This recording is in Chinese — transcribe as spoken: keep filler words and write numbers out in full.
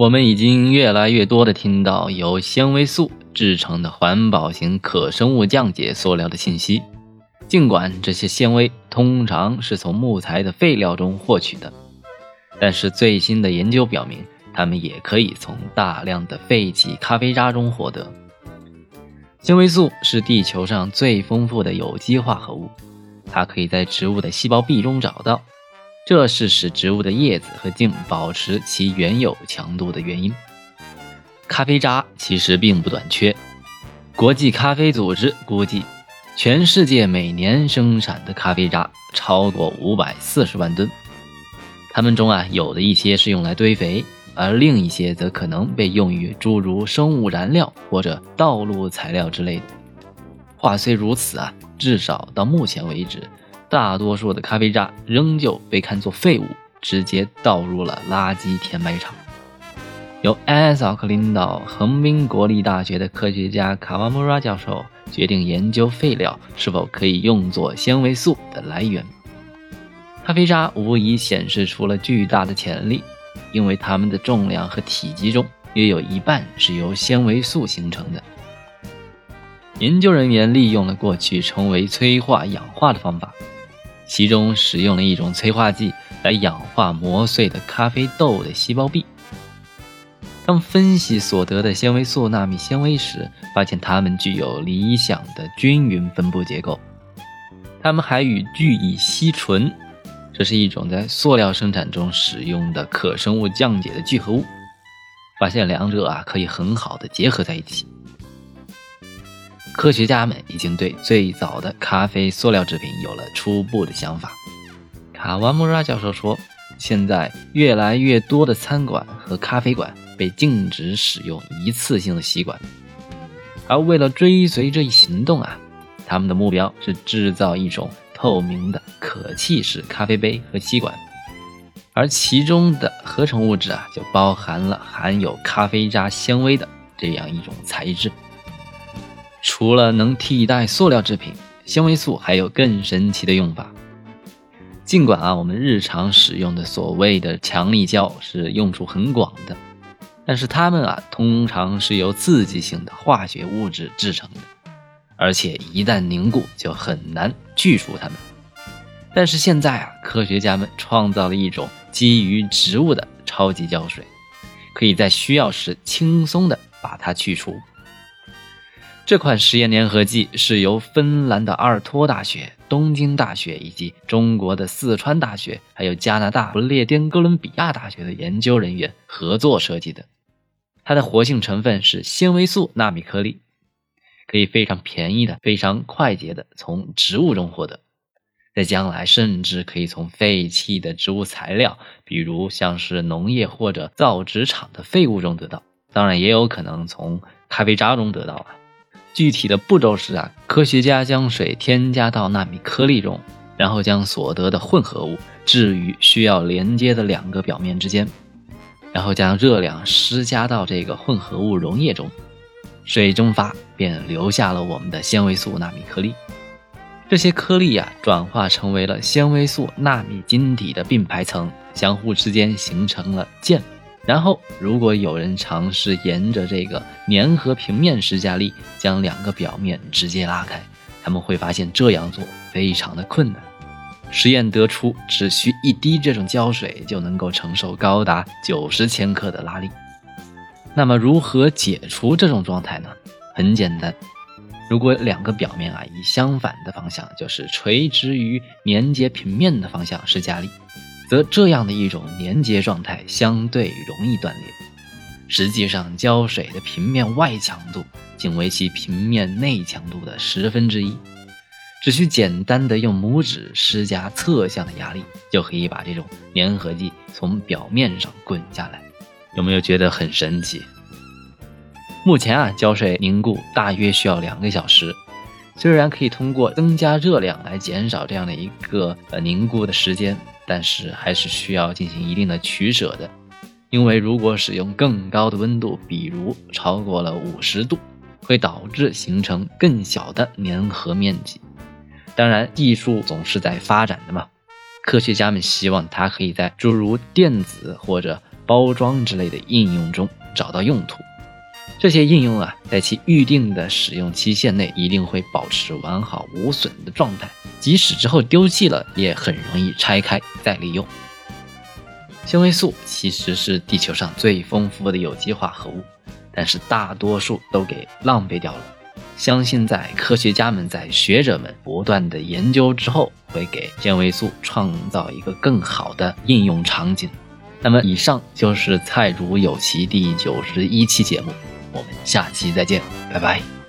我们已经越来越多地听到由纤维素制成的环保型可生物降解塑料的信息，尽管这些纤维通常是从木材的废料中获取的，但是最新的研究表明，它们也可以从大量的废弃咖啡渣中获得。纤维素是地球上最丰富的有机化合物，它可以在植物的细胞壁中找到，这是使植物的叶子和茎保持其原有强度的原因。咖啡渣其实并不短缺，国际咖啡组织估计，全世界每年生产的咖啡渣超过五百四十万吨。它们中啊，有的一些是用来堆肥，而另一些则可能被用于诸如生物燃料或者道路材料之类的。话虽如此啊，至少到目前为止，大多数的咖啡渣仍旧被看作废物，直接倒入了垃圾填埋场。由艾萨克领导横滨国立大学的科学家卡瓦穆拉教授决定研究废料是否可以用作纤维素的来源。咖啡渣无疑显示出了巨大的潜力，因为它们的重量和体积中约有一半是由纤维素形成的。研究人员利用了过去称为催化氧化的方法，其中使用了一种催化剂来氧化磨碎的咖啡豆的细胞壁。当分析所得的纤维素纳米纤维时，发现它们具有理想的均匀分布结构。它们还与聚乙烯醇，这是一种在塑料生产中使用的可生物降解的聚合物，发现两者啊可以很好的结合在一起。科学家们已经对最早的咖啡塑料制品有了初步的想法。卡瓦穆拉教授说，现在越来越多的餐馆和咖啡馆被禁止使用一次性的吸管，而为了追随这一行动啊，他们的目标是制造一种透明的可气式咖啡杯和吸管，而其中的合成物质啊，就包含了含有咖啡渣纤维的这样一种材质。除了能替代塑料制品，纤维素还有更神奇的用法。尽管啊，我们日常使用的所谓的强力胶是用处很广的，但是它们啊，通常是由刺激性的化学物质制成的，而且一旦凝固就很难去除它们。但是现在啊，科学家们创造了一种基于植物的超级胶水，可以在需要时轻松地把它去除。这款实验粘合剂是由芬兰的阿尔托大学、东京大学以及中国的四川大学，还有加拿大不列颠哥伦比亚大学的研究人员合作设计的。它的活性成分是纤维素纳米颗粒，可以非常便宜的、非常快捷的从植物中获得。在将来甚至可以从废弃的植物材料，比如像是农业或者造纸厂的废物中得到，当然也有可能从咖啡渣中得到啊。具体的步骤是啊，科学家将水添加到纳米颗粒中，然后将所得的混合物置于需要连接的两个表面之间，然后将热量施加到这个混合物溶液中，水蒸发便留下了我们的纤维素纳米颗粒。这些颗粒啊，转化成为了纤维素纳米晶体的并排层，相互之间形成了键。然后如果有人尝试沿着这个粘合平面施加力，将两个表面直接拉开，他们会发现这样做非常的困难。实验得出，只需一滴这种胶水就能够承受高达九十千克的拉力。那么如何解除这种状态呢？很简单，如果两个表面啊以相反的方向，就是垂直于连接平面的方向施加力，则这样的一种连接状态相对容易断裂。实际上，胶水的平面外强度仅为其平面内强度的十分之一，只需简单的用拇指施加侧向的压力，就可以把这种粘合剂从表面上滚下来。有没有觉得很神奇？目前啊，胶水凝固大约需要两个小时。虽然可以通过增加热量来减少这样的一个呃凝固的时间，但是还是需要进行一定的取舍的。因为如果使用更高的温度，比如超过了五十度，会导致形成更小的粘合面积。当然，技术总是在发展的嘛，科学家们希望它可以在诸如电子或者包装之类的应用中找到用途。这些应用啊，在其预定的使用期限内一定会保持完好无损的状态，即使之后丢弃了，也很容易拆开再利用。纤维素其实是地球上最丰富的有机化合物，但是大多数都给浪费掉了。相信在科学家们在学者们不断的研究之后，会给纤维素创造一个更好的应用场景。那么以上就是菜煮有奇第九十一期节目，我们下期再见，拜拜。